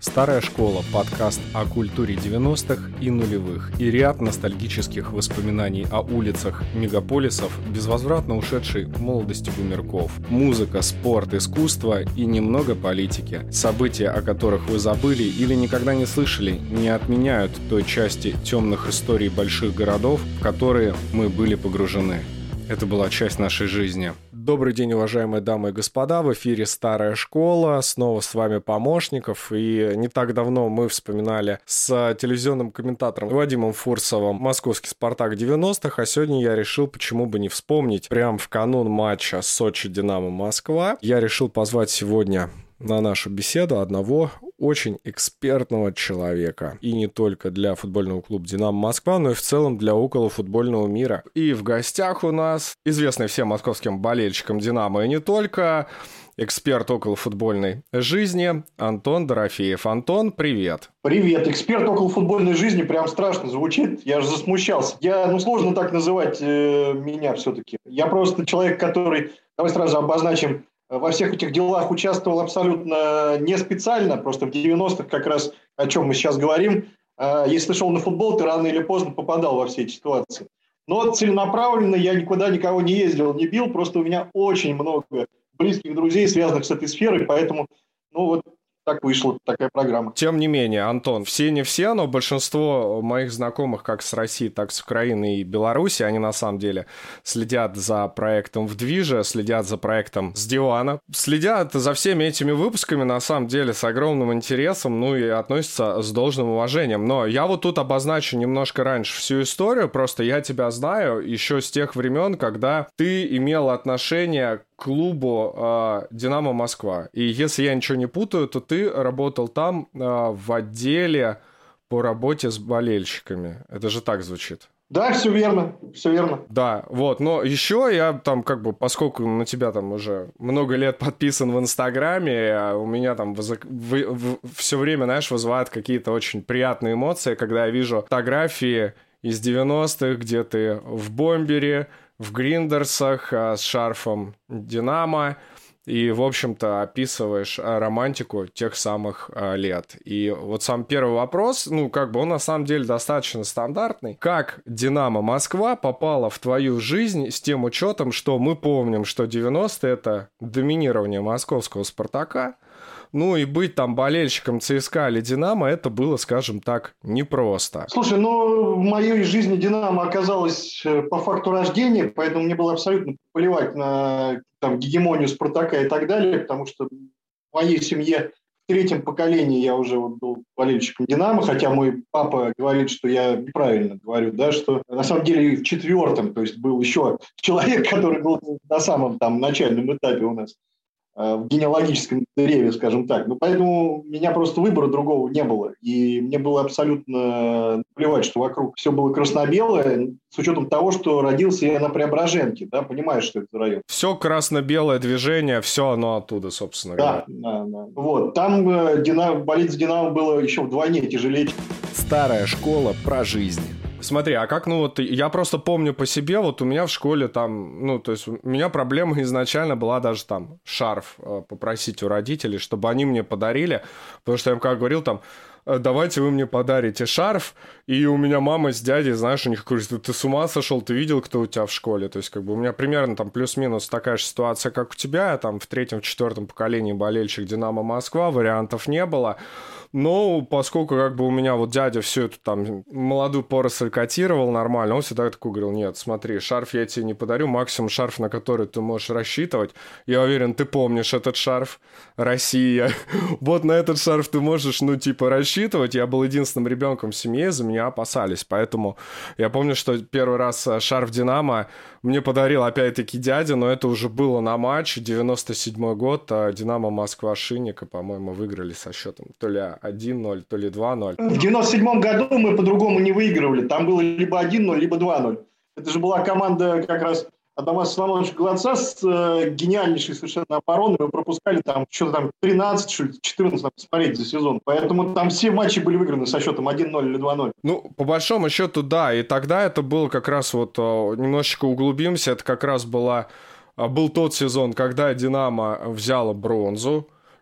Старая школа – подкаст о культуре 90-х и нулевых и ряд ностальгических воспоминаний о улицах мегаполисов, безвозвратно ушедшей молодости бумерков. Музыка, спорт, искусство и немного политики. События, о которых вы забыли или никогда не слышали, не отменяют той части темных историй больших городов, в которые мы были погружены. Это была часть нашей жизни. Добрый день, уважаемые дамы и господа, в эфире «Старая школа», снова с вами Помощников, и не так давно мы вспоминали с телевизионным комментатором Вадимом Фурсовым московский «Спартак» 90-х, а сегодня я решил, почему бы не вспомнить, прямо в канун матча Сочи-Динамо-Москва, я решил позвать сегодня на нашу беседу одного очень экспертного человека. И не только для футбольного клуба «Динамо Москва», но и в целом для околофутбольного мира. И в гостях у нас известный всем московским болельщикам «Динамо» и не только, эксперт околофутбольной жизни Антон Дорофеев. Антон, привет. Привет. Эксперт околофутбольной жизни прям страшно звучит. Я же засмущался. Сложно так называть меня все-таки. Я просто человек, который, давай сразу обозначим, во всех этих делах участвовал абсолютно не специально, просто в 90-х как раз, о чем мы сейчас говорим. Если ты шел на футбол, ты рано или поздно попадал во все эти ситуации. Но целенаправленно я никуда никого не ездил, не бил, просто у меня очень много близких друзей, связанных с этой сферой, поэтому, так вышла такая программа. Тем не менее, Антон, все не все, но большинство моих знакомых как с России, так и с Украины и Беларуси, они на самом деле следят за проектом «В движе», следят за проектом «С дивана», следят за всеми этими выпусками на самом деле с огромным интересом, и относятся с должным уважением. Но я вот тут обозначу немножко раньше всю историю, просто я тебя знаю еще с тех времен, когда ты имел отношение к клубу «Динамо Москва». И если я ничего не путаю, то ты работал там в отделе по работе с болельщиками. Это же так звучит. Да, все верно, все верно. Да, вот, но еще я там поскольку на тебя там уже много лет подписан в Инстаграме, у меня там все время, вызывает какие-то очень приятные эмоции, когда я вижу фотографии из 90-х, где ты в бомбере, в гриндерсах с шарфом «Динамо», и, в общем-то, описываешь романтику тех самых лет. И вот сам первый вопрос, он на самом деле достаточно стандартный. Как «Динамо Москва» попала в твою жизнь с тем учетом, что мы помним, что 90-е — это доминирование московского «Спартака», и быть там болельщиком ЦСКА или «Динамо» это было, скажем так, непросто. Слушай, в моей жизни «Динамо» оказалось по факту рождения, поэтому мне было абсолютно плевать на гегемонию «Спартака» и так далее, потому что в моей семье в третьем поколении я уже был болельщиком «Динамо», хотя мой папа говорит, что я неправильно говорю, что на самом деле в четвертом, то есть был еще человек, который был на самом начальном этапе у нас в генеалогическом древе, скажем так. Поэтому у меня просто выбора другого не было. И мне было абсолютно плевать, что вокруг все было красно-белое, с учетом того, что родился я на Преображенке, понимаешь, что это за район. Все красно-белое движение, все оно оттуда, собственно говоря. Да. Вот. Там болеть за «Динамо» было еще вдвойне тяжелее. Старая школа про жизнь. Смотри, я просто помню по себе, у меня в школе у меня проблема изначально была даже шарф попросить у родителей, чтобы они мне подарили, потому что я им говорил давайте вы мне подарите шарф, и у меня мама с дядей, у них говорят, ты с ума сошел, ты видел, кто у тебя в школе, то есть у меня примерно плюс-минус такая же ситуация, как у тебя, я в третьем-четвертом поколении болельщик «Динамо Москва», вариантов не было. Но поскольку у меня дядя всю эту молодую поросль котировал нормально, он всегда такой говорил, нет, смотри, шарф я тебе не подарю, максимум шарф, на который ты можешь рассчитывать. Я уверен, ты помнишь этот шарф, Россия. Вот на этот шарф ты можешь, рассчитывать. Я был единственным ребенком в семье, за меня опасались. Поэтому я помню, что первый раз шарф «Динамо» мне подарил опять-таки дядя, но это уже было на матч, 97-й год, «Динамо Москва» Шинника, по-моему, выиграли со счетом то ли 1-0, то ли 2-0. В 97-м году мы по-другому не выигрывали. Там было либо 1-0, либо 2-0. Это же была команда как раз Адамаса Соломоновича Голодца с гениальнейшей совершенно обороной. Мы пропускали что-то 13, что ли, 14, посмотреть за сезон. Поэтому там все матчи были выиграны со счетом 1-0 или 2-0. По большому счету, да. И тогда это было как раз немножечко углубимся, это как раз был тот сезон, когда «Динамо» взяла бронзу.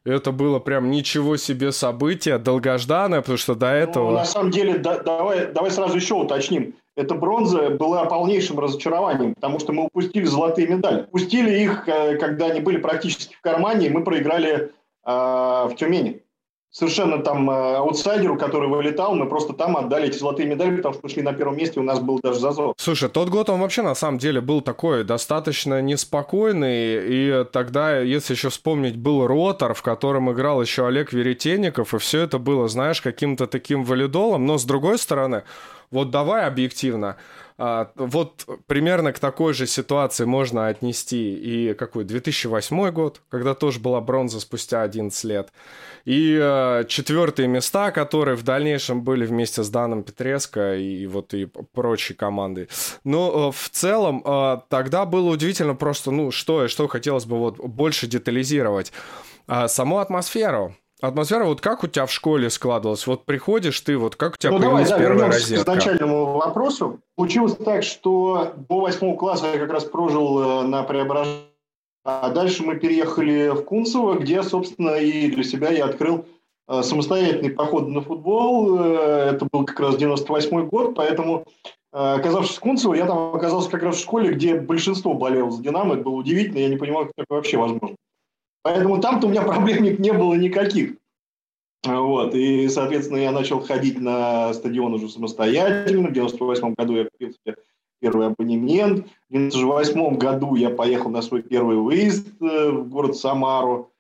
Это было прям ничего себе событие, долгожданное, потому что до этого... Ну, на самом деле, давай сразу еще уточним. Эта бронза была полнейшим разочарованием, потому что мы упустили золотые медали. Упустили их, когда они были практически в кармане, и мы проиграли в Тюмени. Совершенно там аутсайдеру, который вылетал, мы просто там отдали эти золотые медали, потому что мы шли на первом месте, у нас был даже зазор. Слушай, тот год он вообще на самом деле был такой достаточно неспокойный, и тогда, если еще вспомнить, был Ротор, в котором играл еще Олег Веретенников, и все это было, знаешь, каким-то таким валидолом, но с другой стороны, вот давай объективно, вот примерно к такой же ситуации можно отнести и какой 2008 год, когда тоже была бронза спустя 11 лет, и четвертые места, которые в дальнейшем были вместе с Даном Петреско и вот и прочей командой. Но в целом тогда было удивительно просто, ну, что хотелось бы вот больше детализировать. Саму атмосферу. Атмосфера, вот как у тебя в школе складывалась? Вот приходишь ты, вот как у тебя появилась первая розетка? К изначальному вопросу. Получилось так, что до 8 класса я как раз прожил на Преображенке, а дальше мы переехали в Кунцево, где, собственно, и для себя я открыл самостоятельный поход на футбол. Это был как раз 98 год, поэтому, оказавшись в Кунцево, я там оказался как раз в школе, где большинство болело за «Динамо». Это было удивительно, я не понимал, как это вообще возможно. Поэтому там-то у меня проблем не было никаких. Вот. И, соответственно, я начал ходить на стадион уже самостоятельно. В 98 году я купил себе первый абонемент. В 98 году я поехал на свой первый выезд в город Самару.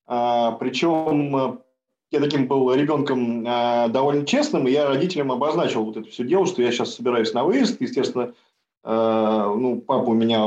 Причем я таким был ребенком довольно честным, и я родителям обозначил вот это все дело, что я сейчас собираюсь на выезд. Естественно, папа у меня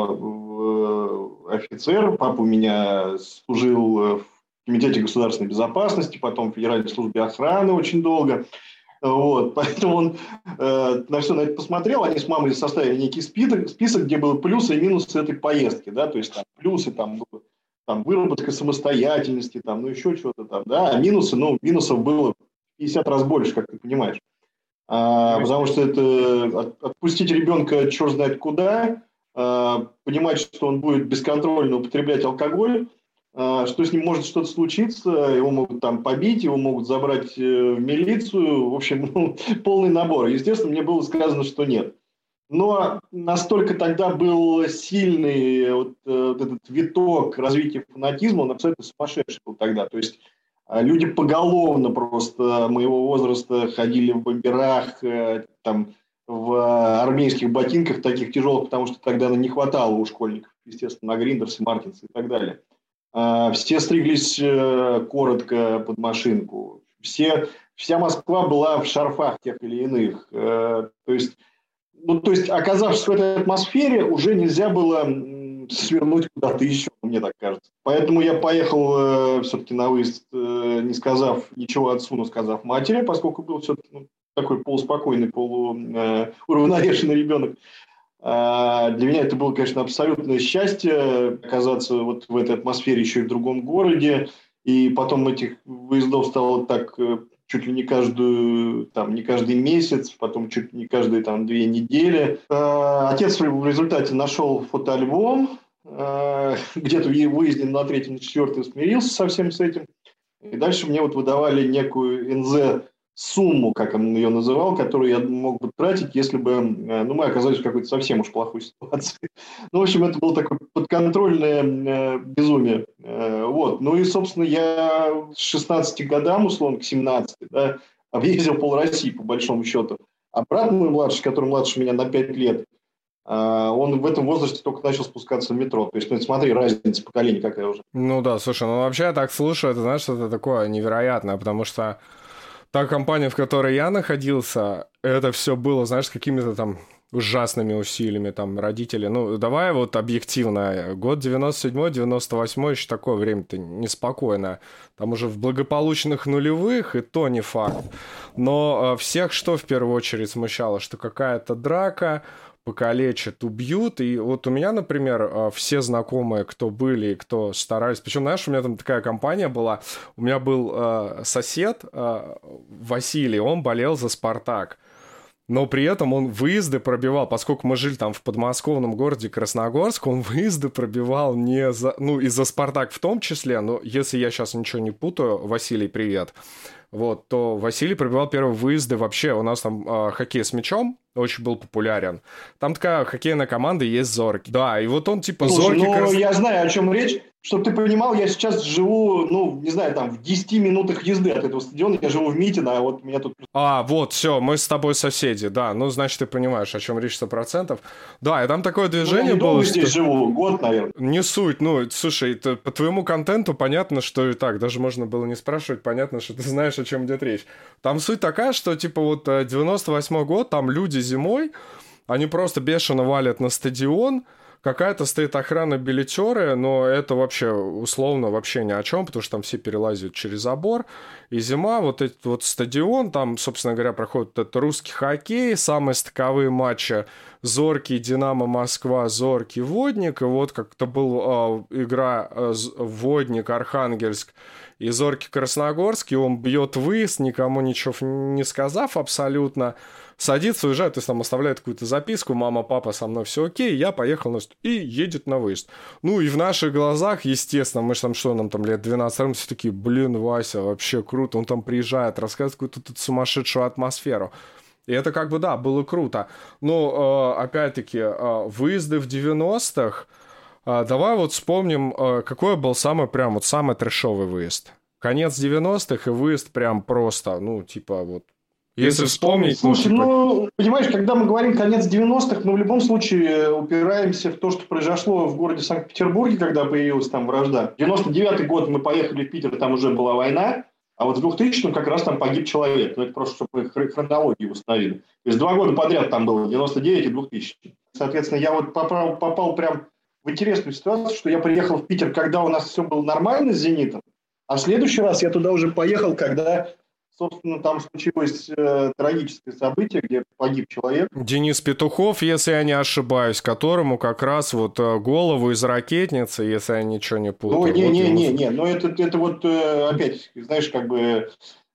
офицер, папа у меня служил в Комитете государственной безопасности, потом в Федеральной службе охраны очень долго. Вот, поэтому он на все на это посмотрел. Они с мамой составили некий список, где были плюсы и минусы этой поездки. Да? То есть там плюсы, там выработка самостоятельности, там, ну еще что-то там. Да? А минусы, минусов было 50 раз больше, как ты понимаешь. Потому что это отпустить ребенка черт знает куда, понимать, что он будет бесконтрольно употреблять алкоголь, что с ним может что-то случиться, его могут там побить, его могут забрать в милицию, в общем, полный набор. Естественно, мне было сказано, что нет. Но настолько тогда был сильный вот этот виток развития фанатизма, он абсолютно сумасшедший был тогда. То есть люди поголовно просто моего возраста ходили в бомберах, там, в армейских ботинках таких тяжелых, потому что тогда не хватало у школьников, естественно, на Гриндерс, Мартинс и так далее. Все стриглись коротко под машинку. Вся Москва была в шарфах тех или иных. То есть, оказавшись в этой атмосфере, уже нельзя было свернуть куда-то еще, мне так кажется. Поэтому я поехал все-таки на выезд, не сказав ничего отцу, но сказав матери, поскольку был все-таки такой полуспокойный, полууравновешенный ребенок. Для меня это было, конечно, абсолютное счастье оказаться вот в этой атмосфере еще и в другом городе. И потом этих выездов стало так чуть ли не каждый месяц, потом чуть ли не каждые 2 недели. Отец в результате нашел фотоальбом, где-то выездил на 3-м, на 4-м, смирился со всем с этим. И дальше мне вот выдавали некую НЗ сумму, как он ее называл, которую я мог бы тратить, если бы мы оказались в какой-то совсем уж плохой ситуации. В общем, это было такое подконтрольное безумие. Вот. Ну и, собственно, я с 16 годам, условно, к 17, да, объездил пол России, по большому счету. А брат мой младший, который младше меня на 5 лет, он в этом возрасте только начал спускаться в метро. То есть, смотри, разница поколений какая уже. Ну да, слушай, вообще я так слушаю, это, знаешь, что-то такое невероятное, потому что та компания, в которой я находился, это все было, знаешь, с какими-то там ужасными усилиями, там, родители. Давай вот объективно. Год 97-й, 98-й, еще такое время-то неспокойное. Там уже в благополучных нулевых, и то не факт. Но всех что в первую очередь смущало? Что какая-то драка, покалечат, убьют. И вот у меня, например, все знакомые, кто были, кто старались... Причем, знаешь, у меня там такая компания была. У меня был сосед Василий, он болел за «Спартак». но при этом он выезды пробивал, поскольку мы жили там в подмосковном городе Красногорск, он выезды пробивал не за, ну, и за «Спартак» в том числе, но если я сейчас ничего не путаю, Василий, привет, вот, то Василий пробивал первые выезды вообще, у нас там хоккей с мячом очень был популярен. Там такая хоккейная команда есть «Зорки». Да, и вот он типа «Зорки». Ну, я знаю, о чем речь. Чтобы ты понимал, я сейчас живу, ну, не знаю, там, в 10 минутах езды от этого стадиона. Я живу в Митино, а вот меня тут... Вот, все, мы с тобой соседи, да. Ну, значит, ты понимаешь, о чем речь 100%. Да, и там такое движение я было, что... здесь живу, год, наверное. Не суть, ну, слушай, это, по твоему контенту понятно, что и так, даже можно было не спрашивать, понятно, что ты знаешь, о чем идет речь. Там суть такая, что, типа, вот 98-й год, там люди зимой, они просто бешено валят на стадион, какая-то стоит охрана, билетеры, но это вообще условно вообще ни о чем, потому что там все перелазят через забор. И зима, вот этот вот стадион, там, собственно говоря, проходит этот русский хоккей, самые стыковые матчи «Зорки», «Динамо Москва», «Зорки», «Водник». И вот как-то была игра «Водник», «Архангельск» и «Зорки», «Красногорск», и он бьет выезд, никому ничего не сказав абсолютно. Садится, уезжает, то есть там оставляет какую-то записку, мама, папа, со мной все окей, я поехал на и едет на выезд. Ну и в наших глазах, естественно, мы же там что, нам там лет 12, все такие, блин, Вася, вообще круто, он там приезжает, рассказывает какую-то тут сумасшедшую атмосферу. И это как бы, да, было круто. Но, опять-таки, выезды в 90-х, давай вот вспомним, какой был самый прям, вот самый трэшовый выезд. Конец 90-х и выезд прям просто, ну, типа вот, если вспомнить... Слушай, ну, понимаешь, когда мы говорим конец 90-х, мы в любом случае упираемся в то, что произошло в городе Санкт-Петербурге, когда появилась там вражда. В 99-й год мы поехали в Питер, там уже была война, а вот в 2000-м как раз там погиб человек. Ну, это просто, чтобы мы хронологию установили. То есть 2 года подряд там было, 99 и 2000. Соответственно, я вот попал прям в интересную ситуацию, что я приехал в Питер, когда у нас все было нормально с «Зенитом, а в следующий раз я туда уже поехал, когда... Собственно, там случилось трагическое событие, где погиб человек. Денис Петухов, если я не ошибаюсь, которому как раз вот голову из ракетницы, если я ничего не путаю. Ну, не, но это вот опять, знаешь, как бы...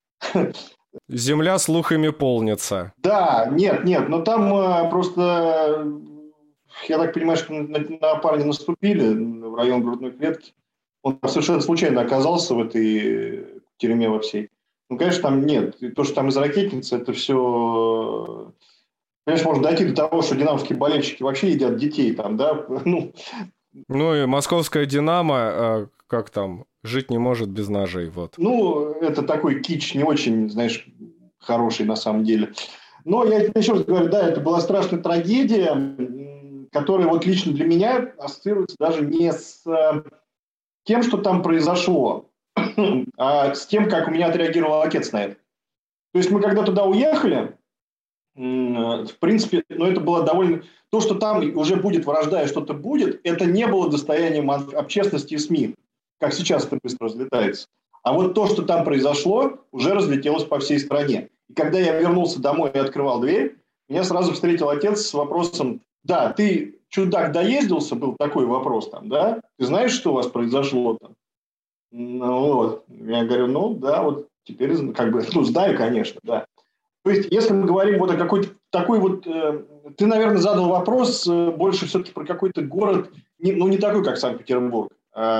Земля слухами полнится. Да, нет, но там просто, я так понимаю, что на парня наступили в район грудной клетки. Он совершенно случайно оказался в этой тюрьме во всей. Ну, конечно, там нет. То, что там из ракетницы, это все... Конечно, можно дойти до того, что динамовские болельщики вообще едят детей там, да? Ну и московская «Динамо», как там, жить не может без ножей, вот. Ну, это такой кич не очень, знаешь, хороший на самом деле. Но я еще раз говорю, да, это была страшная трагедия, которая вот лично для меня ассоциируется даже не с тем, что там произошло, а с тем, как у меня отреагировал отец на это. То есть мы когда туда уехали, в принципе, ну, это было довольно... То, что там уже будет вражда и что-то будет, это не было достоянием общественности и СМИ, как сейчас это быстро разлетается. А вот то, что там произошло, уже разлетелось по всей стране. И когда я вернулся домой и открывал дверь, меня сразу встретил отец с вопросом: да, ты, чудак, доездился, был такой вопрос там, да? Ты знаешь, что у вас произошло там? Ну вот, я говорю, ну да, вот теперь как бы, ну знаю, конечно, да. То есть, если мы говорим вот о какой-то такой вот, ты, наверное, задал вопрос больше все-таки про какой-то город, ну не такой, как Санкт-Петербург,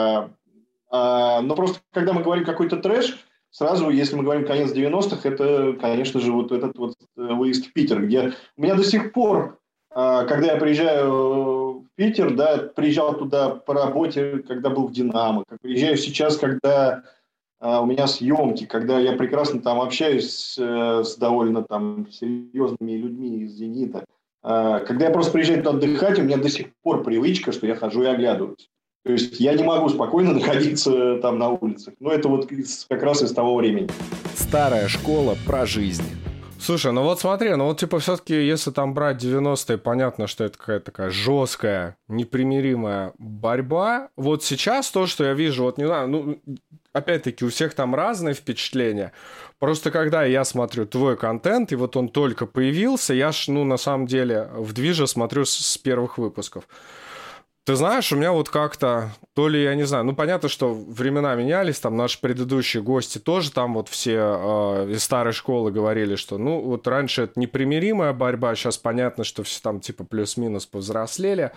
но просто когда мы говорим какой-то трэш, сразу, если мы говорим конец 90-х, это, конечно же, вот этот вот выезд в Питер, где у меня до сих пор, когда я приезжаю в Питер, да, приезжал туда по работе, когда был в «Динамо», как приезжаю сейчас, когда у меня съемки, когда я прекрасно там общаюсь с довольно там серьезными людьми из «Зенита». Когда я просто приезжаю туда отдыхать, у меня до сих пор привычка, что я хожу и оглядываюсь. То есть я не могу спокойно находиться там на улицах. Но это вот как раз из того времени. Старая школа про жизнь. Слушай, ну вот смотри, ну вот типа все-таки, если там брать 90-е, понятно, что это какая-то такая жесткая, непримиримая борьба. Вот сейчас то, что я вижу, вот не знаю, ну, опять-таки, у всех там разные впечатления. Просто когда я смотрю твой контент, и вот он только появился, я ж, ну, на самом деле, в «Движе» смотрю с первых выпусков. Ты знаешь, у меня вот как-то, то ли я не знаю, ну понятно, что времена менялись, там наши предыдущие гости тоже там вот все из старой школы говорили, что ну вот раньше это непримиримая борьба, сейчас понятно, что все там типа плюс-минус повзрослели.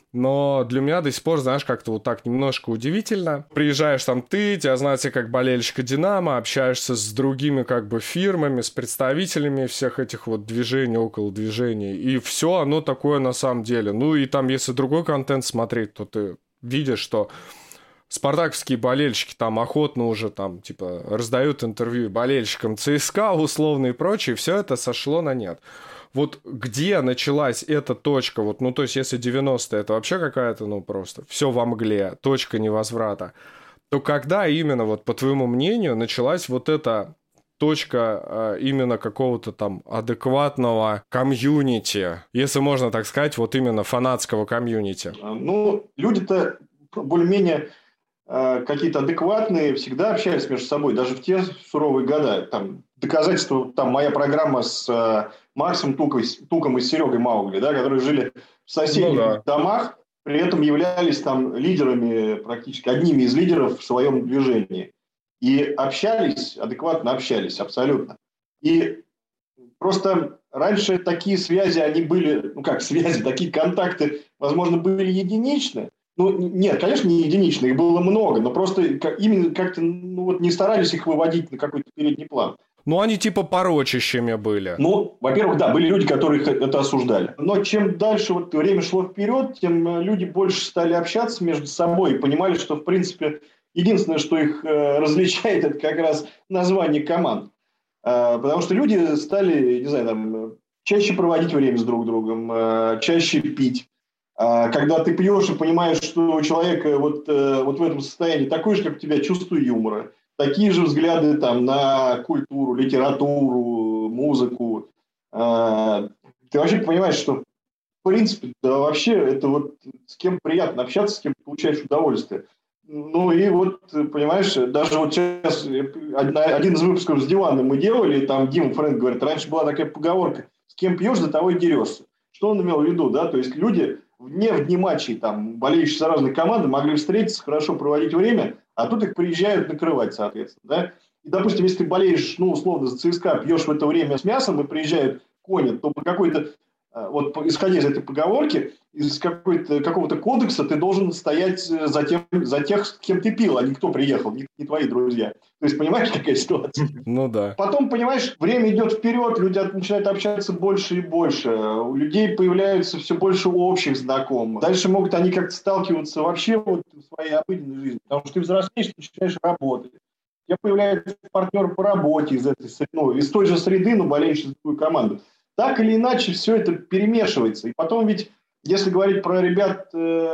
Но для меня до сих пор, знаешь, как-то вот так немножко удивительно. Приезжаешь там ты, тебя знают все как болельщика «Динамо», общаешься с другими как бы фирмами, с представителями всех этих вот движений, около движений. И все оно такое на самом деле. Ну и там, если другой контент смотреть, то ты видишь, что спартаковские болельщики там охотно уже там типа раздают интервью болельщикам ЦСКА условно и прочее. Все это сошло на нет. Вот где началась эта точка, вот, ну, то есть, если 90-е, это вообще какая-то, ну, просто все во мгле, точка невозврата, то когда именно, вот, по твоему мнению, началась вот эта точка именно какого-то там адекватного комьюнити, если можно так сказать, вот именно фанатского комьюнити? Ну, люди-то более-менее какие-то адекватные, всегда общались между собой, даже в те суровые года. Там, доказательство, там моя программа с Максом Туком и Серегой Маугли, да, которые жили в соседних домах, при этом являлись там лидерами, практически одними из лидеров в своем движении. И общались, адекватно общались, абсолютно. И просто раньше такие связи, они были, ну как связи, такие контакты, возможно, были единичны. Ну, нет, конечно, не единичные, их было много, но просто именно как-то ну, вот не старались их выводить на какой-то передний план. Ну, они типа порочащими были. Ну, во-первых, да, были люди, которые это осуждали. Но чем дальше вот время шло вперед, тем люди больше стали общаться между собой и понимали, что, в принципе, единственное, что их различает, это как раз название команд. Потому что люди стали, не знаю, там, чаще проводить время с друг другом, чаще пить. Когда ты пьешь и понимаешь, что у человека вот в этом состоянии такое же, как у тебя, чувство юмора, такие же взгляды там, на культуру, литературу, музыку, ты вообще понимаешь, что в принципе, да вообще это вот с кем приятно общаться, с кем получаешь удовольствие. Ну и вот, понимаешь, даже вот сейчас один из выпусков с дивана мы делали, там Дима Фрэнк говорит, раньше была такая поговорка, с кем пьешь, до того и дерешься. Что он имел в виду, да, то есть люди в дни матчей, там, болеющие за разные команды, могли встретиться, хорошо проводить время, а тут их приезжают накрывать, соответственно, да. И, допустим, если ты болеешь, ну, условно, за ЦСКА, пьешь в это время с мясом и приезжают кони, то по какой-то, вот исходя из этой поговорки, из какого-то кодекса ты должен стоять за тех, с кем ты пил, а не кто приехал, не твои друзья. То есть, понимаешь, какая ситуация? Ну да. Потом, понимаешь, время идет вперед, люди начинают общаться больше и больше, у людей появляется все больше общих знакомых. Дальше могут они как-то сталкиваться вообще вот в своей обыденной жизни, потому что ты взрослеешь, ты начинаешь работать. У тебя появляется партнер по работе из той же среды, но болеющий за твою команду. Так или иначе, все это перемешивается. И потом ведь, если говорить про ребят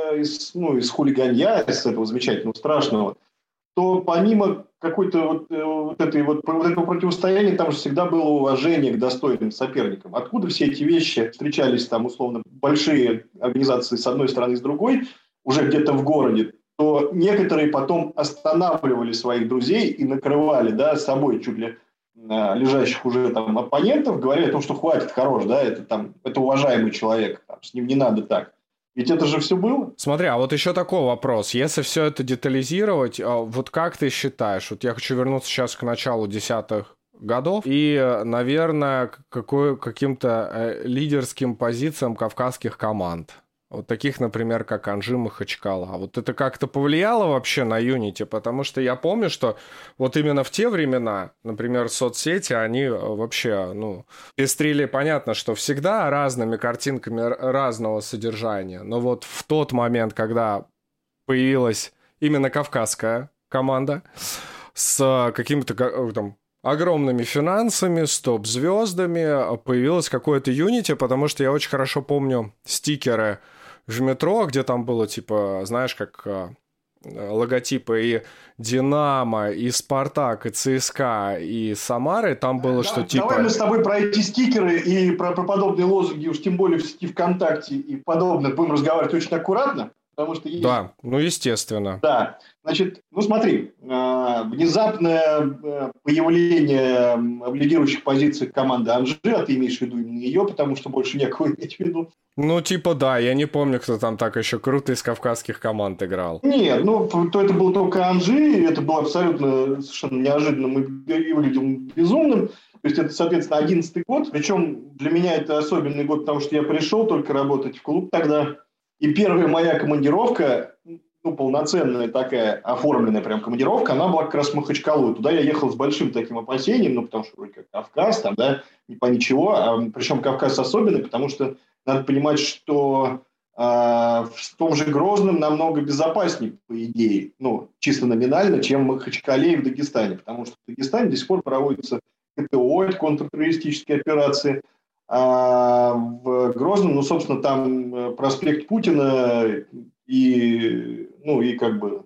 из хулиганья, из этого замечательного, страшного, то помимо какой-то этого противостояния, там же всегда было уважение к достойным соперникам. Откуда все эти вещи встречались, там, условно, большие организации с одной стороны, с другой, уже где-то в городе, то некоторые потом останавливали своих друзей и накрывали, да, собой чуть ли лежащих уже там оппонентов, говорили о том, что хватит, хорош, да, это уважаемый человек, там, с ним не надо так. Ведь это же все было. Смотри, а вот еще такой вопрос. Если все это детализировать, вот как ты считаешь, вот я хочу вернуться сейчас к началу десятых годов и, наверное, каким-то лидерским позициям кавказских команд. Вот таких, например, как Анжи Махачкала. Вот это как-то повлияло вообще на Unity? Потому что я помню, что вот именно в те времена, например, соцсети, они вообще, пестрили, понятно, что всегда разными картинками разного содержания. Но вот в тот момент, когда появилась именно кавказская команда с какими-то там огромными финансами, с топ-звездами, появилось какое-то Unity, потому что я очень хорошо помню стикеры в метро, где там было, типа, знаешь, как логотипы и Динамо, и Спартак, и ЦСКА, и Самары, там было, что типа... Давай мы с тобой про эти стикеры и про подобные лозунги, уж тем более в сети ВКонтакте и подобное, будем разговаривать очень аккуратно. потому что есть... Да, ну, естественно. Да, значит, ну смотри, внезапное появление в лидирующих позициях команды Анжи, а ты имеешь в виду именно ее, потому что больше некого иметь в виду. Ну, типа, да, я не помню, кто там так еще круто из кавказских команд играл. Нет, ну, то это был только Анжи, и это было абсолютно совершенно неожиданным и выглядело безумным. То есть это, соответственно, 11-й год. Причем для меня это особенный год, потому что я пришел только работать в клуб тогда. И первая моя командировка, ну, полноценная такая, оформленная прям командировка, она была как раз в Махачкалу. Туда я ехал с большим таким опасением, ну, потому что вроде как Кавказ, там, да, не по ничего. Причем Кавказ особенный, потому что надо понимать, что в том же Грозном намного безопаснее, по идее, ну, чисто номинально, чем в Махачкале и в Дагестане. Потому что в Дагестане до сих пор проводятся КТО, это контртеррористические операции. А в Грозном, ну, собственно, там проспект Путина и, ну, и как бы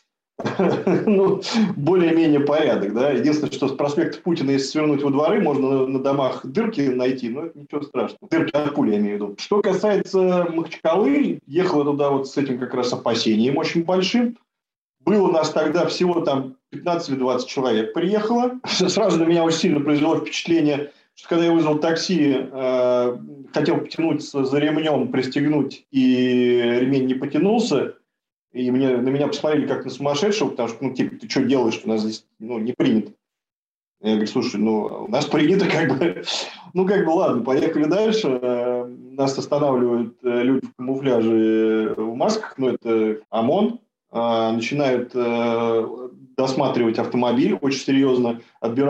ну, более-менее порядок, да. Единственное, что с проспекта Путина, если свернуть во дворы, можно на домах дырки найти, но это ничего страшного. Дырки от пули, я имею в виду. Что касается Махачкалы, ехала туда вот с этим как раз опасением очень большим. Было у нас тогда всего там 15 или 20 человек приехало. Сразу на меня очень сильно произвело впечатление, что когда я вызвал такси, хотел потянуться за ремнем, пристегнуть, и ремень не потянулся, и на меня посмотрели как на сумасшедшего, потому что, ну, типа, ты что делаешь, у нас здесь, ну, не принято. Я говорю, слушай, ну, у нас принято, как бы, ну, как бы, ладно, поехали дальше. Нас останавливают люди в камуфляже, в масках, ну, это ОМОН, начинают досматривать автомобиль очень серьезно,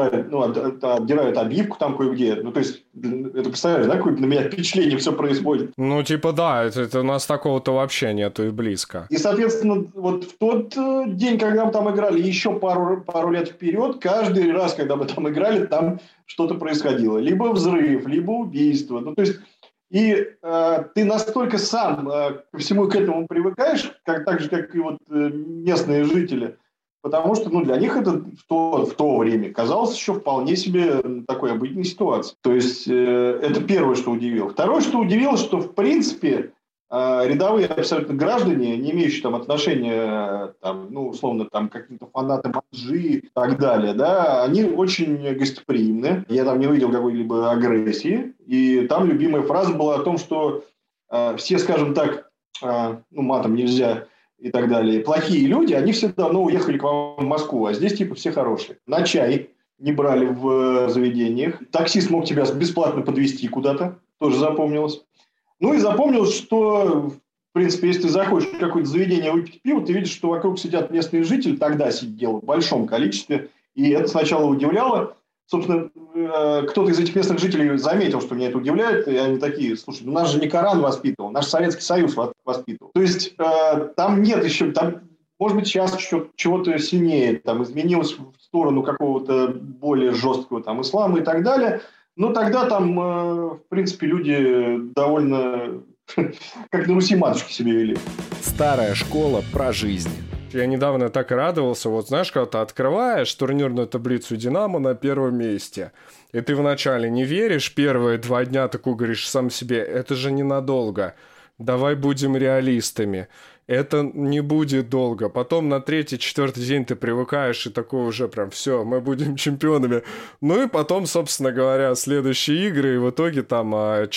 отдирают обивку там кое-где. Ну, то есть, это представляешь, да, какое на меня впечатление все происходит. Ну, типа, да, это у нас такого-то вообще нету и близко. И, соответственно, вот в тот день, когда мы там играли, еще пару лет вперед, каждый раз, когда мы там играли, там что-то происходило. Либо взрыв, либо убийство. Ну, то есть, и ты настолько сам ко всему к этому привыкаешь, так же, как и вот местные жители, потому что, ну, для них это в то время казалось еще вполне себе такой обыденной ситуацией. То есть, это первое, что удивило. Второе, что удивило, что, в принципе, рядовые абсолютно граждане, не имеющие там отношения, там, ну, условно, там, к каким-то фанатам Анжи и так далее, да, они очень гостеприимны. Я там не увидел какой-либо агрессии. И там любимая фраза была о том, что все, скажем так, ну, матом нельзя и так далее, плохие люди, они все давно уехали к вам в Москву, а здесь типа все хорошие. На чай не брали в заведениях. Таксист мог тебя бесплатно подвезти куда-то, тоже запомнилось. Ну и запомнилось, что, в принципе, если ты заходишь в какое-то заведение выпить пиво, ты видишь, что вокруг сидят местные жители, тогда сидел в большом количестве, и это сначала удивляло. Собственно, кто-то из этих местных жителей заметил, что меня это удивляет, и они такие, слушай, ну нас же не Коран воспитывал, наш Советский Союз воспитывал. То есть там нет еще, там, может быть, сейчас чего-то сильнее, там изменилось в сторону какого-то более жесткого там ислама и так далее. Но тогда там, в принципе, люди довольно как на Руси матушки себя вели. Старая школа про жизнь. Я недавно так радовался, вот знаешь, когда ты открываешь турнирную таблицу «Динамо» на первом месте, и ты вначале не веришь, первые 2 дня такой говоришь сам себе, это же ненадолго, давай будем реалистами, это не будет долго. Потом на 3-4 день ты привыкаешь и такой уже прям все, мы будем чемпионами. Ну и потом, собственно говоря, следующие игры, и в итоге там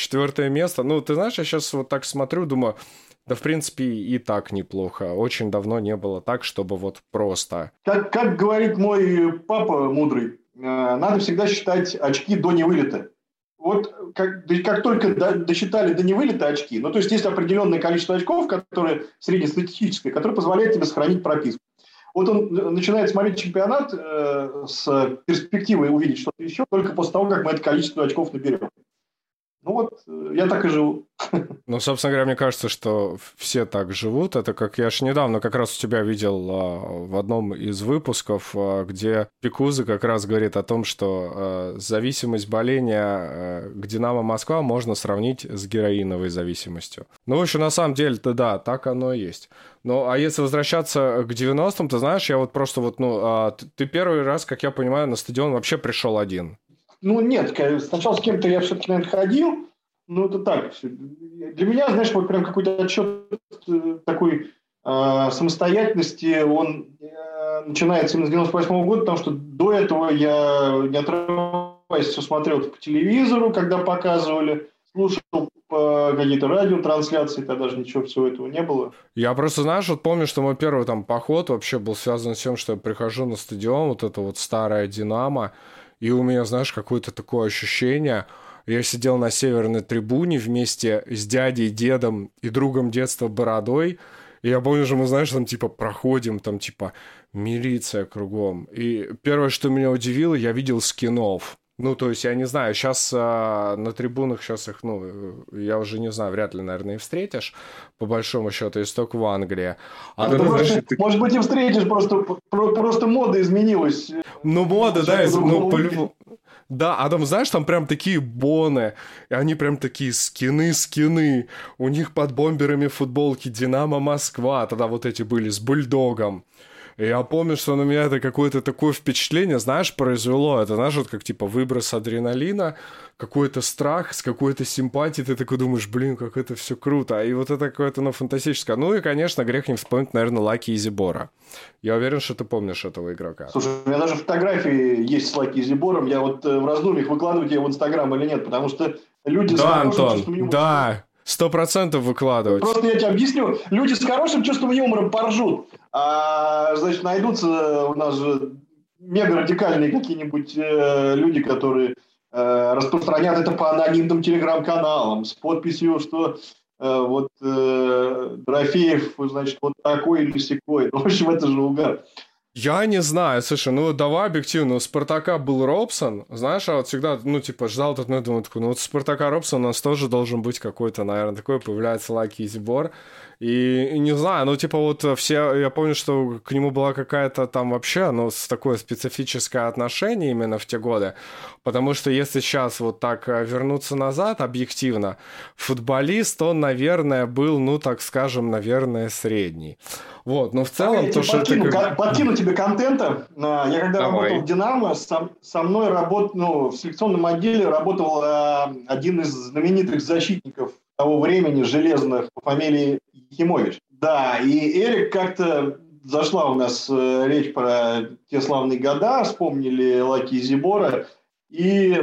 4 место. Ну, ты знаешь, я сейчас вот так смотрю, думаю, да, в принципе, и так неплохо. Очень давно не было так, чтобы вот просто. Как говорит мой папа мудрый, надо всегда считать очки до невылета. Вот как только досчитали до невылета очки, ну, то есть есть определенное количество очков, которые среднестатистическое, которое позволяет тебе сохранить прописку. Вот он начинает смотреть чемпионат с перспективой увидеть что-то еще только после того, как мы это количество очков наберем. Ну вот, я так и живу. Ну, собственно говоря, мне кажется, что все так живут. Это как я ж недавно как раз у тебя видел в одном из выпусков, где Пикуза как раз говорит о том, что зависимость боления к «Динамо Москва» можно сравнить с героиновой зависимостью. Ну, в общем, на самом деле-то да, так оно и есть. Ну, а если возвращаться к 90-м, ты знаешь, я вот просто вот, ну, ты первый раз, как я понимаю, на стадион вообще пришел один. Ну, нет, сначала с кем-то я все-таки, наверное, ходил, Ну, это так. Для меня, знаешь, вот прям какой-то отчет такой самостоятельности, он начинается именно с 98 года, потому что до этого я не отрываясь все смотрел по телевизору, когда показывали, слушал какие-то радиотрансляции, тогда даже ничего всего этого не было. Я просто, знаешь, вот помню, что мой первый там поход вообще был связан с тем, что я прихожу на стадион, вот это вот старое «Динамо», и у меня, знаешь, какое-то такое ощущение. Я сидел на северной трибуне вместе с дядей, дедом и другом детства Бородой. И я помню, что мы, знаешь, там типа проходим, там типа милиция кругом. И первое, что меня удивило, я видел скинов. Ну, то есть, я не знаю, сейчас на трибунах, сейчас их, ну, я уже не знаю, вряд ли, наверное, и встретишь, по большому счету, если только в Англии. Может быть, и встретишь, просто мода изменилась. Ну, мода, да, ну, по-любому. Да, а там, знаешь, там прям такие боны, и они прям такие скины, у них под бомберами футболки «Динамо Москва», тогда вот эти были с бульдогом. И я помню, что на меня это какое-то такое впечатление, знаешь, произвело. Это, знаешь, вот как типа выброс адреналина, какой-то страх с какой-то симпатией. Ты такой думаешь, блин, как это все круто. И вот это какое-то, ну, фантастическое. Ну и, конечно, грех не вспомнить, наверное, Лаки Изибора. Я уверен, что ты помнишь этого игрока. Слушай, у меня даже фотографии есть с Лаки Изибором. Я вот в раздумьях выкладывать ее в Инстаграм или нет, потому что люди... Да, Антон, да. 100% выкладывать. Просто я тебе объясню. Люди с хорошим чувством юмора поржут. Значит, найдутся у нас же мега радикальные какие-нибудь люди, которые распространят это по анонимным телеграм-каналам с подписью, что вот Дорофеев, значит, вот такой или сякой. В общем, это же угар. Я не знаю, слушай, ну давай объективно, у Спартака был Робсон, знаешь, я вот всегда, ну типа ждал этот момент, думаю, такой, ну вот у Спартака Робсон у нас тоже должен быть какой-то, наверное, такой, появляется Лаки Изибор, и не знаю, ну типа вот все, я помню, что к нему была какая-то там вообще, ну такое специфическое отношение именно в те годы, потому что если сейчас вот так вернуться назад объективно, футболист, он, наверное, был, ну так скажем, наверное, средний. Вот, но в целом... Подкину тебе контента. Я когда работал в «Динамо», со мной в селекционном отделе работал один из знаменитых защитников того времени, железных, по фамилии Ехимович. Да, и Эрик как-то... Зашла у нас речь про те славные года, вспомнили Лаки Изибора, и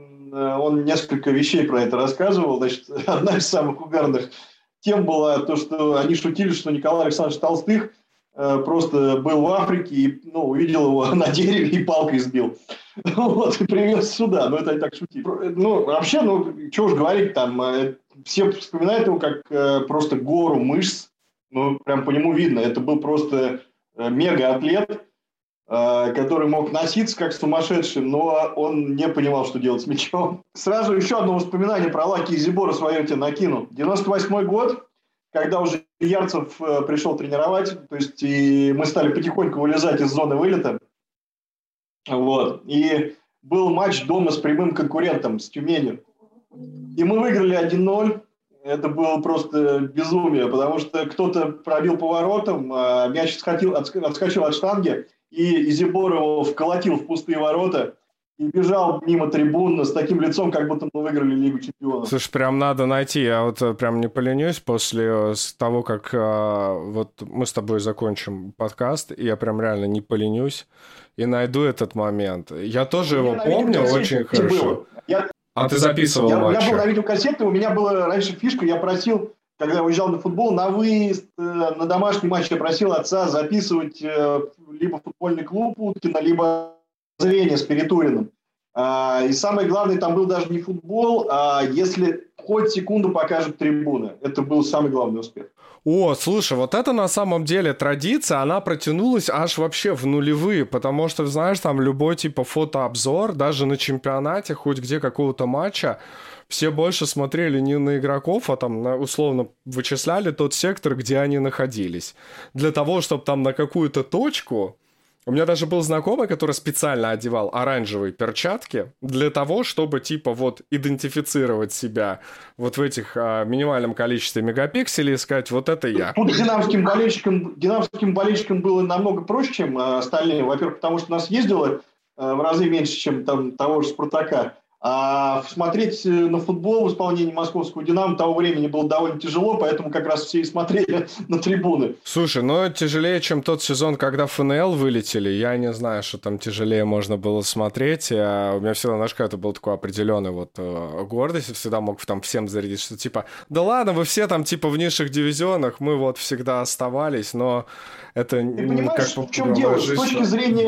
он несколько вещей про это рассказывал. Значит, одна из самых угарных тем была то, что они шутили, что Николай Александрович Толстых просто был в Африке и увидел его на дереве и палкой сбил. Вот, и привез сюда. Но это они так шутили. Ну, вообще, чего уж говорить, там все вспоминают его как просто гору мышц. Ну, прям по нему видно. Это был просто мега-атлет, который мог носиться как сумасшедший, но он не понимал, что делать с мячом. Сразу еще одно воспоминание про Лаки Изибора свое тебе накину. 98 год, когда уже Ярцев пришел тренировать, то есть и мы стали потихоньку вылезать из зоны вылета. Вот. И был матч дома с прямым конкурентом, с Тюменью. И мы выиграли 1-0. Это было просто безумие, потому что кто-то пробил поворотом, мяч отскочил от штанги, и Изибор его вколотил в пустые ворота и бежал мимо трибун с таким лицом, как будто мы выиграли Лигу Чемпионов. Слушай, прям надо найти. Я вот прям не поленюсь после того, как вот мы с тобой закончим подкаст, и я прям реально не поленюсь и найду этот момент. Я тоже его помню очень хорошо. Ты записывал матчи? Я был на видеокассете, у меня была раньше фишка, я просил, когда я уезжал на футбол, на выезд, на домашний матч я просил отца записывать либо футбольный клуб Уткина, либо зрение с Перетуриным. И самое главное, там был даже не футбол, а если хоть секунду покажет трибуны. Это был самый главный успех. О, слушай, вот это на самом деле традиция, она протянулась аж вообще в нулевые, потому что, знаешь, там любой типа фотообзор, даже на чемпионате, хоть где какого-то матча, все больше смотрели не на игроков, а там условно вычисляли тот сектор, где они находились. Для того, чтобы там на какую-то точку... У меня даже был знакомый, который специально одевал оранжевые перчатки для того, чтобы, типа, вот идентифицировать себя вот в этих минимальном количестве мегапикселей и сказать, вот это я. Тут динамовским болельщикам было намного проще, чем остальные. Во-первых, потому что нас ездило в разы меньше, чем там того же «Спартака». А смотреть на футбол в исполнении московского «Динамо» того времени было довольно тяжело, поэтому как раз все и смотрели на трибуны. Слушай, ну тяжелее, чем тот сезон, когда ФНЛ вылетели. Я не знаю, что там тяжелее можно было смотреть. У меня всегда, знаешь, это был такой определенный гордость. Я всегда мог там всем зарядить, что типа, да ладно, вы все там типа в низших дивизионах, мы вот всегда оставались, но это... Ты понимаешь, в чем дело? С точки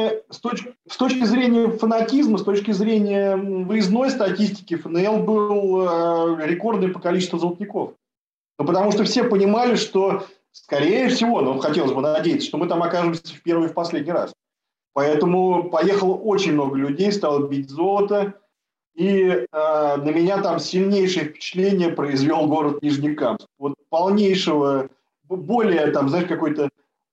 зрения фанатизма, с точки зрения выездной статистики, ФНЛ был рекордный по количеству золотников. Ну, потому что все понимали, что, скорее всего, ну, хотелось бы надеяться, что мы там окажемся в первый и в последний раз. Поэтому поехало очень много людей, стало бить золото. И на меня там сильнейшее впечатление произвел город Нижнекамск. Вот полнейшего, более там, знаешь, какой-то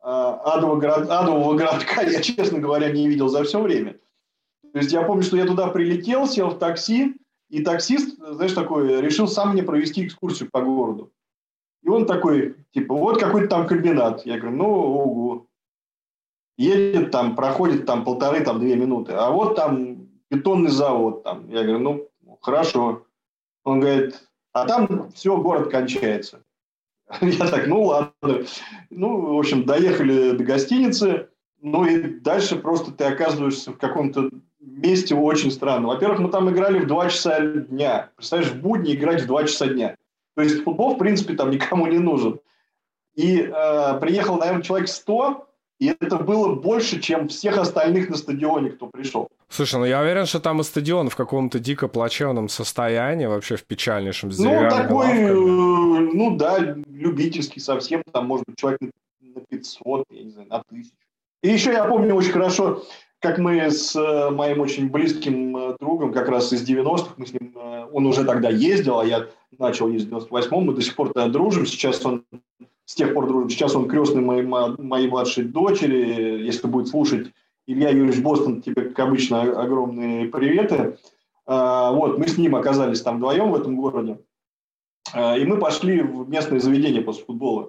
адового городка я, честно говоря, не видел за все время. То есть я помню, что я туда прилетел, сел в такси, и таксист, знаешь, такой, решил сам мне провести экскурсию по городу. И он такой, типа, вот какой-то там комбинат. Я говорю, ну, ого. Едет там, проходит там 1,5-2 минуты. А вот там бетонный завод. Там. Я говорю, ну, хорошо. Он говорит, а там все, город кончается. Я так, ну, ладно. Ну, в общем, доехали до гостиницы. Ну, и дальше просто ты оказываешься в каком-то месте очень странном. Во-первых, мы там играли в 2 часа дня. Представляешь, в будни играть в 2 часа дня. То есть футбол, в принципе, там никому не нужен. И приехал, наверное, человек 100, и это было больше, чем всех остальных на стадионе, кто пришел. Слушай, ну я уверен, что там и стадион в каком-то дико плачевном состоянии, вообще в печальнейшем, с Ну, деревянными такой, лавками. ну да, любительский совсем, там, может быть, человек на 500, я не знаю, на 1000. И еще я помню очень хорошо, как мы с моим очень близким другом, как раз из 90-х, мы с ним, он уже тогда ездил, а я начал ездить в 98-м, мы до сих пор дружим, сейчас он, с тех пор дружим, сейчас он крестный моей младшей дочери, если будет слушать, Илья Юрьевич Бостон, тебе, как обычно, огромные приветы. Вот, мы с ним оказались там вдвоем в этом городе, и мы пошли в местное заведение после футбола.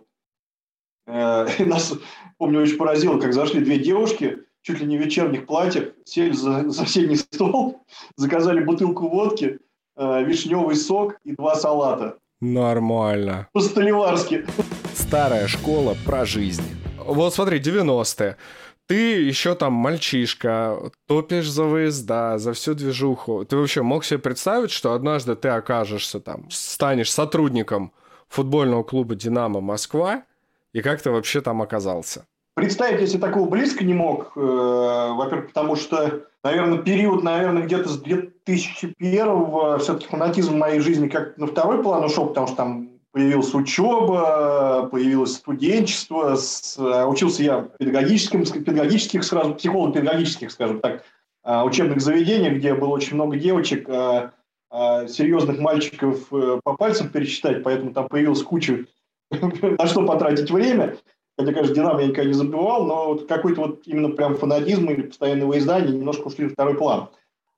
И нас, помню, очень поразило, как зашли 2 девушки, чуть ли не в вечерних платьях, сели за соседний стол, заказали бутылку водки, вишневый сок и 2 салата. Нормально. По-столиварски. Старая школа про жизнь. Вот смотри, 90-е. Ты еще там мальчишка, топишь за выезда, за всю движуху. Ты вообще мог себе представить, что однажды ты окажешься там, станешь сотрудником футбольного клуба «Динамо Москва», и как ты вообще там оказался? Представить я себе такого близко не мог. Во-первых, потому что, наверное, период, где-то с 2001-го все-таки фанатизм в моей жизни как на второй план ушел, потому что там появилась учеба, появилось студенчество, учился я в педагогических, сразу психолого-педагогических, скажем так, учебных заведениях, где было очень много девочек, серьезных мальчиков по пальцам пересчитать, поэтому там появилась куча на что потратить время. Хотя, конечно, «Динамо» я никогда не забывал, но вот какой-то вот именно прям фанатизм или постоянное выездание немножко ушли в второй план.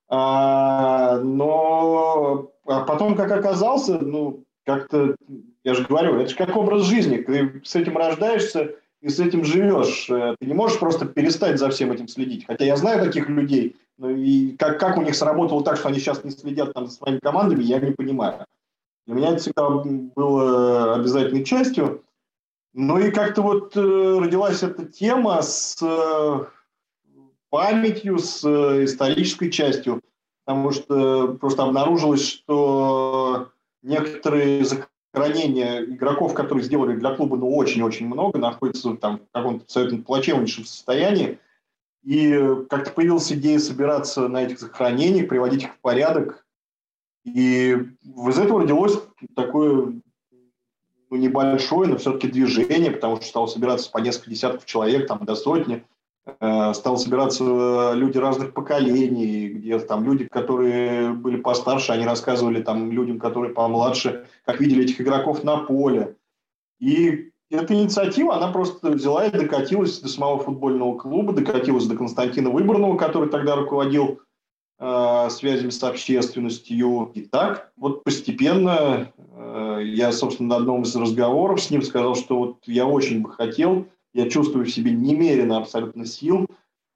Но потом, как оказался, ну, как-то, я же говорю, это же как образ жизни. Ты с этим рождаешься и с этим живешь. Ты не можешь просто перестать за всем этим следить. Хотя я знаю таких людей, но и как у них сработало так, что они сейчас не следят там за своими командами, я не понимаю. Для меня это всегда было обязательной частью. Ну и как-то вот родилась эта тема с памятью, с исторической частью, потому что просто обнаружилось, что некоторые захоронения игроков, которые сделали для клуба ну, очень-очень много, находятся там в каком-то абсолютно плачевнейшем состоянии. И как-то появилась идея собираться на этих захоронениях, приводить их в порядок. И из этого родилось такое ну, небольшое, но все-таки движение, потому что стало собираться по несколько десятков человек, там, до сотни. Стало собираться люди разных поколений, где там люди, которые были постарше, они рассказывали там людям, которые помладше, как видели этих игроков на поле. И эта инициатива, она просто взяла и докатилась до самого футбольного клуба, докатилась до Константина Выборного, который тогда руководил связями с общественностью. И так вот постепенно я, собственно, на одном из разговоров с ним сказал, что вот я очень бы хотел, я чувствую в себе немерено абсолютно сил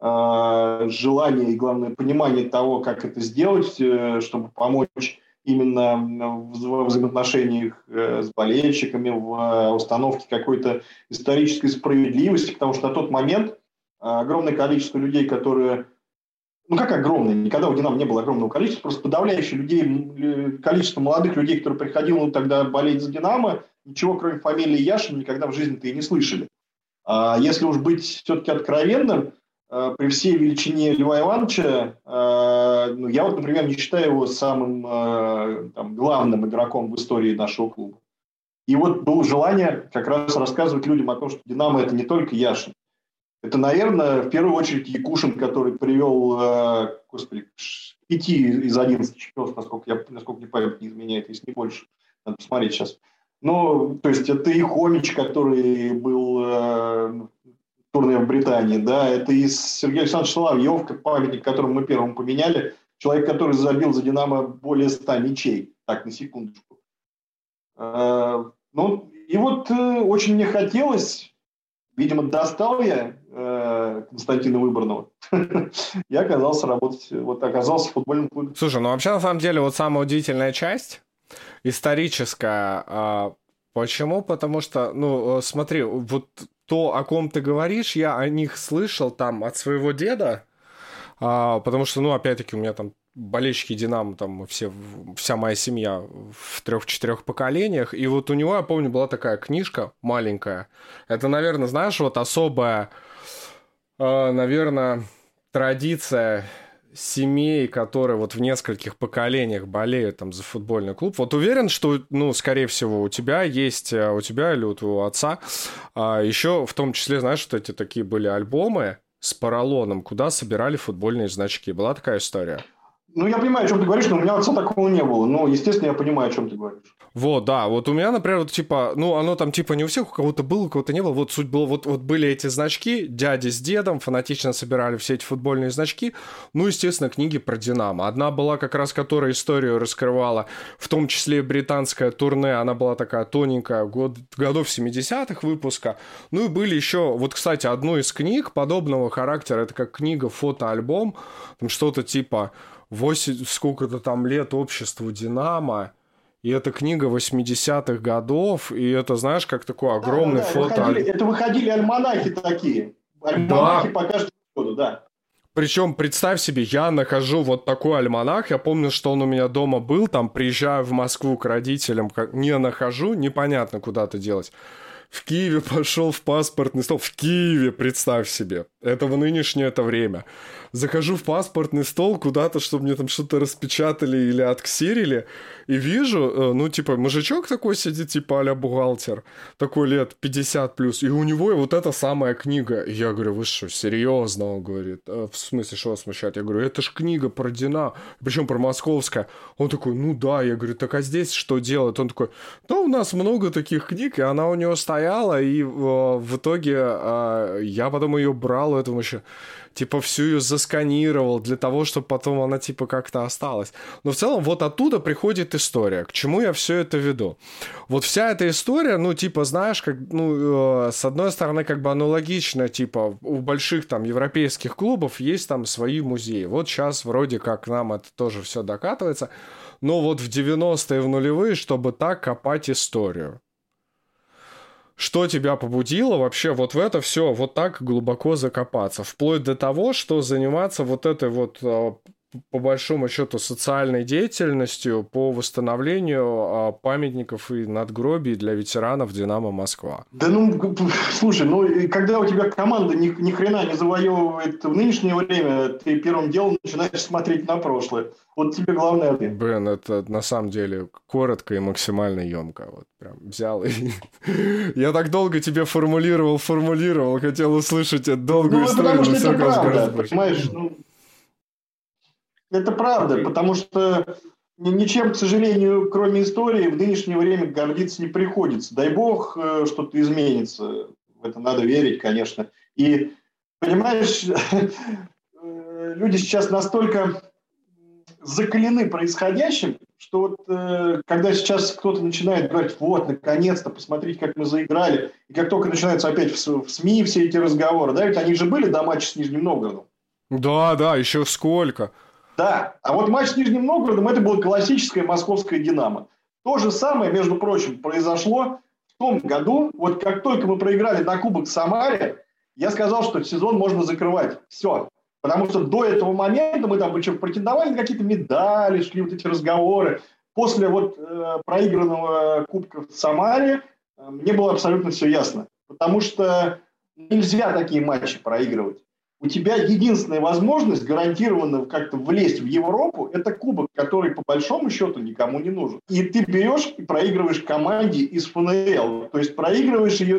желание и, главное, понимание того, как это сделать, чтобы помочь именно в взаимоотношениях с болельщиками, в установке какой-то исторической справедливости, потому что на тот момент огромное количество людей, которые... Ну, как огромное? Никогда у «Динамо» не было огромного количества, просто подавляющее количество молодых людей, которые приходило тогда болеть за «Динамо», ничего, кроме фамилии Яшин, никогда в жизни-то и не слышали. А если уж быть все-таки откровенным, при всей величине Льва Ивановича, я вот, например, не считаю его самым главным игроком в истории нашего клуба. И вот было желание как раз рассказывать людям о том, что «Динамо» — это не только Яшин. Это, наверное, в первую очередь Якушин, который привел, 5 из 11 чемпионов, насколько мне память не изменяет, если не больше. Надо посмотреть сейчас. Ну, то есть это и Хомич, который был турне в Британии, да, это и Сергей Александрович Соловьев, памятник, которому мы первым поменяли, человек, который забил за «Динамо» более 100 мячей, так, на секундочку. Ну, и вот очень мне хотелось, видимо, достал я Константина Выборного. Я оказался в футбольном клубе. Слушай, ну вообще, на самом деле, вот самая удивительная часть, историческая, почему? Потому что, ну, смотри, вот то, о ком ты говоришь, я о них слышал там от своего деда, потому что, ну, опять-таки, у меня там болельщики «Динамо», там вся моя семья в 3-4 поколениях, и вот у него, я помню, была такая книжка маленькая. Это, наверное, знаешь, вот особая, наверное, традиция семей, которые вот в нескольких поколениях болеют там за футбольный клуб. Вот уверен, что, ну, скорее всего, у тебя или у твоего отца еще в том числе, знаешь, что эти такие были альбомы с поролоном, куда собирали футбольные значки. Была такая история? Ну, я понимаю, о чем ты говоришь, но у меня отца такого не было. Но, естественно, я понимаю, о чем ты говоришь. Вот, да, вот у меня, например, вот, типа, ну, оно там, типа, не у всех, у кого-то было, у кого-то не было. Вот суть была, вот были эти значки, дяди с дедом фанатично собирали все эти футбольные значки. Ну, естественно, книги про «Динамо». Одна была как раз, которая историю раскрывала, в том числе британское турне, она была такая тоненькая, годов 70-х выпуска. Ну, и были еще, вот, кстати, одну из книг подобного характера, это как книга, фотоальбом, там что-то типа 8, сколько-то там лет обществу «Динамо». И это книга 80-х годов, и это, знаешь, как такой огромный фото... Это выходили альманахи такие. Альманахи по каждому году, да. Причем, представь себе, я нахожу вот такой альманах, я помню, что он у меня дома был, там, приезжаю в Москву к родителям, не нахожу, непонятно куда-то делать. В Киеве пошел в паспортный стол. В Киеве, представь себе. Это в нынешнее это время. Захожу в паспортный стол куда-то, чтобы мне там что-то распечатали или отксерили. И вижу, ну, типа, мужичок такой сидит, типа а-ля бухгалтер. Такой лет 50 плюс. И у него вот эта самая книга. И я говорю, вы что, серьезно? Он говорит. В смысле, что вас смущает? Я говорю, это ж книга про «Динамо». Причем про московское. Он такой, ну да. Я говорю, так а здесь что делают? Он такой, да у нас много таких книг. И она у него стояла. И в итоге я потом ее брал, этому еще... Типа всю ее засканировал для того, чтобы потом она типа как-то осталась. Но в целом вот оттуда приходит история. К чему я все это веду? Вот вся эта история, ну типа знаешь, как, ну с одной стороны как бы аналогично, типа у больших там европейских клубов есть там свои музеи. Вот сейчас вроде как к нам это тоже все докатывается. Но вот в 90-е, в нулевые, чтобы так копать историю. Что тебя побудило вообще вот в это все вот так глубоко закопаться? Вплоть до того, что заниматься вот этой вот, по большому счету, социальной деятельностью по восстановлению памятников и надгробий для ветеранов «Динамо Москва». Да ну, слушай, ну когда у тебя команда ни хрена не завоевывает в нынешнее время, ты первым делом начинаешь смотреть на прошлое. Вот тебе главное. Блин, это на самом деле коротко и максимально емко. Вот прям взял и... Я так долго тебе формулировал, хотел услышать эту долгую историю. Потому что это правда, понимаешь? Ну, это правда, потому что ничем, к сожалению, кроме истории, в нынешнее время гордиться не приходится. Дай бог, что-то изменится. В это надо верить, конечно. И, понимаешь, люди сейчас настолько закалены происходящим, что вот когда сейчас кто-то начинает говорить, вот, наконец-то, посмотрите, как мы заиграли, и как только начинаются опять в СМИ все эти разговоры, да, ведь они же были до матча с Нижним Новгородом. Да, еще сколько. Да, а вот матч с Нижним Новгородом, это было классическое московское «Динамо». То же самое, между прочим, произошло в том году. Вот как только мы проиграли на Кубок Самаре, я сказал, что сезон можно закрывать. Все. Потому что до этого момента мы там причем претендовали на какие-то медали, шли вот эти разговоры. После вот проигранного Кубка в Самаре мне было абсолютно все ясно. Потому что нельзя такие матчи проигрывать. У тебя единственная возможность гарантированно как-то влезть в Европу – это кубок, который по большому счету никому не нужен. И ты берешь и проигрываешь команде из ФНЛ. То есть проигрываешь ее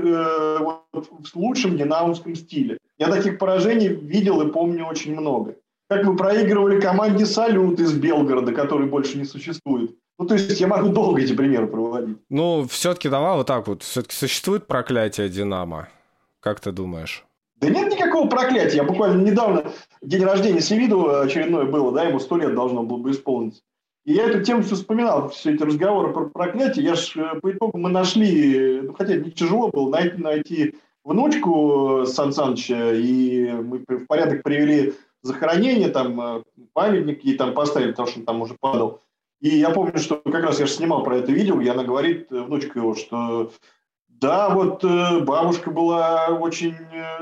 в лучшем динамовском стиле. Я таких поражений видел и помню очень много. Как мы проигрывали команде «Салют» из Белгорода, который больше не существует. Ну, то есть я могу долго эти примеры проводить. Ну, все-таки давай вот так вот. Все-таки существует проклятие «Динамо». Как ты думаешь? Да нет никакого проклятия. Я буквально недавно, день рождения Севидова очередное было, да, ему 100 лет должно было бы исполниться. И я эту тему все вспоминал, все эти разговоры про проклятие. Я ж по итогу мы нашли, ну, хотя не тяжело было найти внучку Сан Саныча, и мы в порядок привели захоронение, там памятник ей там поставили, потому что он там уже падал. И я помню, что как раз я же снимал про это видео, и она говорит, внучка его, что да, вот бабушка была очень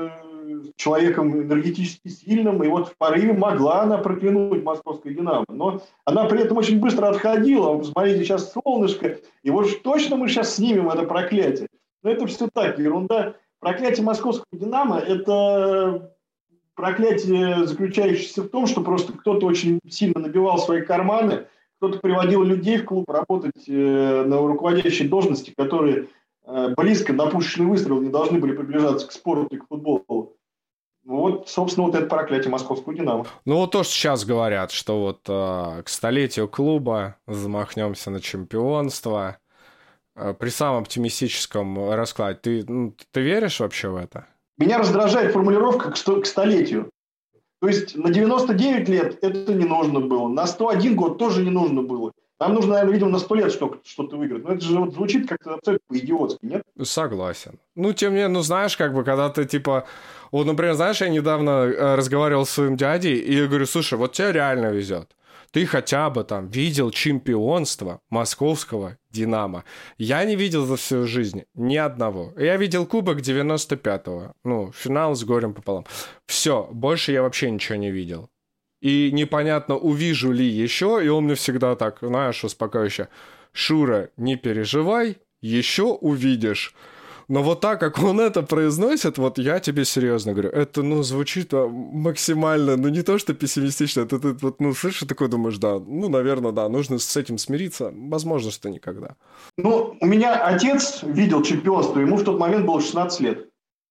человеком энергетически сильным, и вот в порыве могла она проклянуть московское «Динамо». Но она при этом очень быстро отходила. Посмотрите, сейчас солнышко, и вот точно мы сейчас снимем это проклятие. Но это все так, ерунда. Проклятие московского «Динамо» – это проклятие, заключающееся в том, что просто кто-то очень сильно набивал свои карманы, кто-то приводил людей в клуб работать на руководящей должности, которые близко на пушечный выстрел не должны были приближаться к спорту и к футболу. Вот, собственно, вот это проклятие московского «Динамо». Ну, вот то, что сейчас говорят, что вот к столетию клуба замахнемся на чемпионство. При самом оптимистическом раскладе. Ты веришь вообще в это? Меня раздражает формулировка к столетию. То есть на 99 лет это не нужно было, на 101 год тоже не нужно было. Нам нужно, наверное, видимо, на 100 лет что-то выиграть. Но это же вот звучит как-то абсолютно по-идиотски, нет? Согласен. Ну, тем не менее, ну, знаешь, как бы, когда ты, типа... Вот, например, знаешь, я недавно разговаривал с своим дядей, и я говорю, слушай, вот тебе реально везет. Ты хотя бы там видел чемпионство московского «Динамо». Я не видел за всю жизнь ни одного. Я видел кубок 95-го. Ну, финал с горем пополам. Все, больше я вообще ничего не видел. И непонятно, увижу ли еще, и он мне всегда так, знаешь, успокаивающе: Шура, не переживай, еще увидишь. Но вот так, как он это произносит, вот я тебе серьезно говорю, это, ну, звучит максимально, ну, не то, что пессимистично, это ты вот, ну, слышишь, такой думаешь, да, ну, наверное, да, нужно с этим смириться, возможно, что никогда. Ну, у меня отец видел чемпионство, ему в тот момент было 16 лет.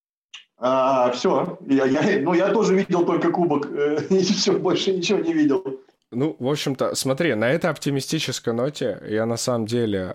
Все, я тоже видел только кубок, и все, больше ничего не видел. Ну, в общем-то, смотри, на этой оптимистической ноте я на самом деле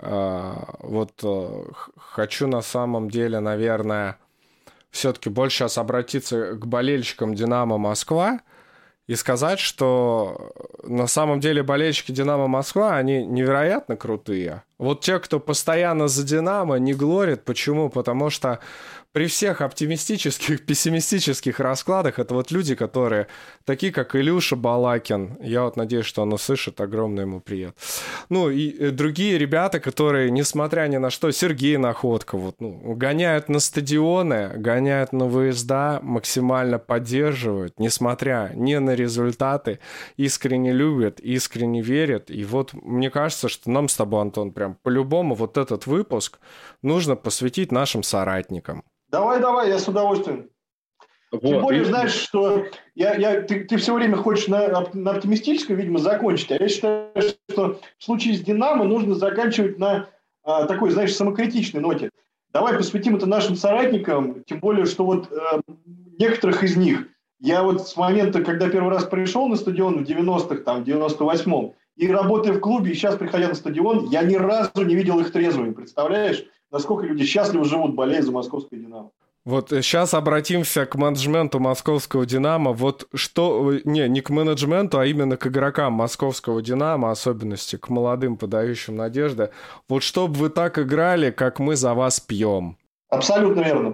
хочу на самом деле, наверное, все-таки больше сейчас обратиться к болельщикам «Динамо Москва» и сказать, что на самом деле болельщики «Динамо Москва», они невероятно крутые. Вот те, кто постоянно за «Динамо», не глорят. Почему? Потому что при всех оптимистических, пессимистических раскладах это вот люди, которые такие, как Илюша Балакин. Я вот надеюсь, что он услышит, огромный ему привет. Ну и другие ребята, которые, несмотря ни на что, Сергей Находко, вот, ну, гоняют на стадионы, гоняют на выезда, максимально поддерживают, несмотря ни на результаты, искренне любят, искренне верят. И вот мне кажется, что нам с тобой, Антон, прям по-любому вот этот выпуск нужно посвятить нашим соратникам. Давай, я с удовольствием. Вот. Тем более, знаешь, что ты все время хочешь на оптимистическом, видимо, закончить, а я считаю, что в случае с «Динамо» нужно заканчивать на такой, знаешь, самокритичной ноте. Давай посвятим это нашим соратникам, тем более, что вот некоторых из них, я вот с момента, когда первый раз пришел на стадион в 90-х, там, в 98-м, и работая в клубе, и сейчас, приходя на стадион, я ни разу не видел их трезвыми, представляешь? Насколько люди счастливо живут, болея за московское «Динамо». Вот сейчас обратимся к менеджменту московского «Динамо». Вот что... Не к менеджменту, а именно к игрокам московского «Динамо», особенности к молодым, подающим надежды. Вот чтобы вы так играли, как мы за вас пьем. Абсолютно верно.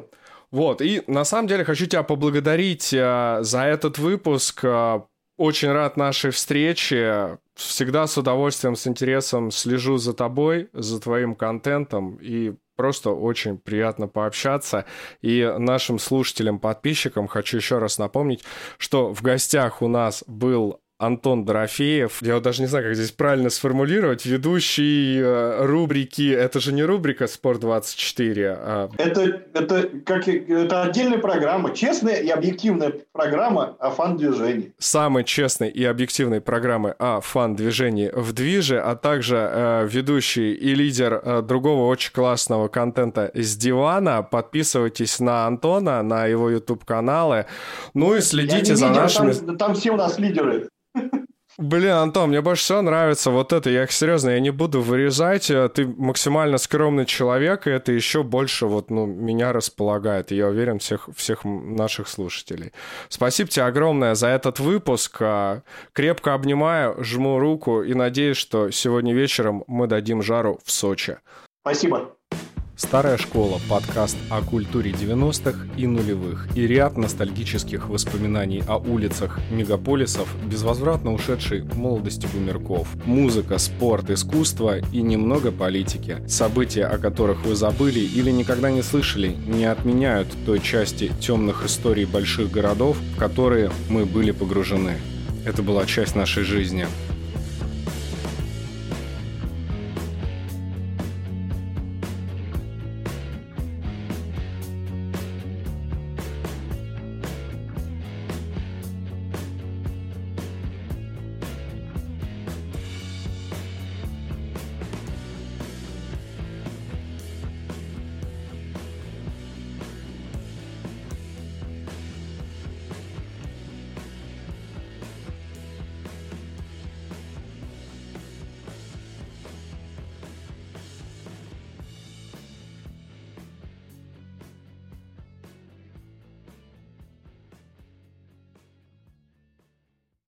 Вот, и на самом деле хочу тебя поблагодарить за этот выпуск. Очень рад нашей встрече. Всегда с удовольствием, с интересом слежу за тобой, за твоим контентом, и просто очень приятно пообщаться. И нашим слушателям, подписчикам хочу еще раз напомнить, что в гостях у нас был Антон Дорофеев. Я вот даже не знаю, как здесь правильно сформулировать. Ведущий рубрики... Это же не рубрика «Спорт-24». Это отдельная программа. Честная и объективная программа о фан-движении. Самой честной и объективной программы о фан-движении в движе, а также ведущий и лидер другого очень классного контента с дивана. Подписывайтесь на Антона, на его YouTube-каналы. Ну и следите за нашими... Там все у нас лидеры. Блин, Антон, мне больше всего нравится вот это. Я серьезно, я не буду вырезать. Ты максимально скромный человек, и это еще больше меня располагает. И я уверен, всех наших слушателей. Спасибо тебе огромное за этот выпуск. Крепко обнимаю, жму руку и надеюсь, что сегодня вечером мы дадим жару в Сочи. Спасибо. Старая школа. Подкаст о культуре 90-х и нулевых и ряд ностальгических воспоминаний о улицах мегаполисов, безвозвратно ушедшей молодости бумерков. Музыка, спорт, искусство и немного политики. События, о которых вы забыли или никогда не слышали, не отменяют той части темных историй больших городов, в которые мы были погружены. Это была часть нашей жизни.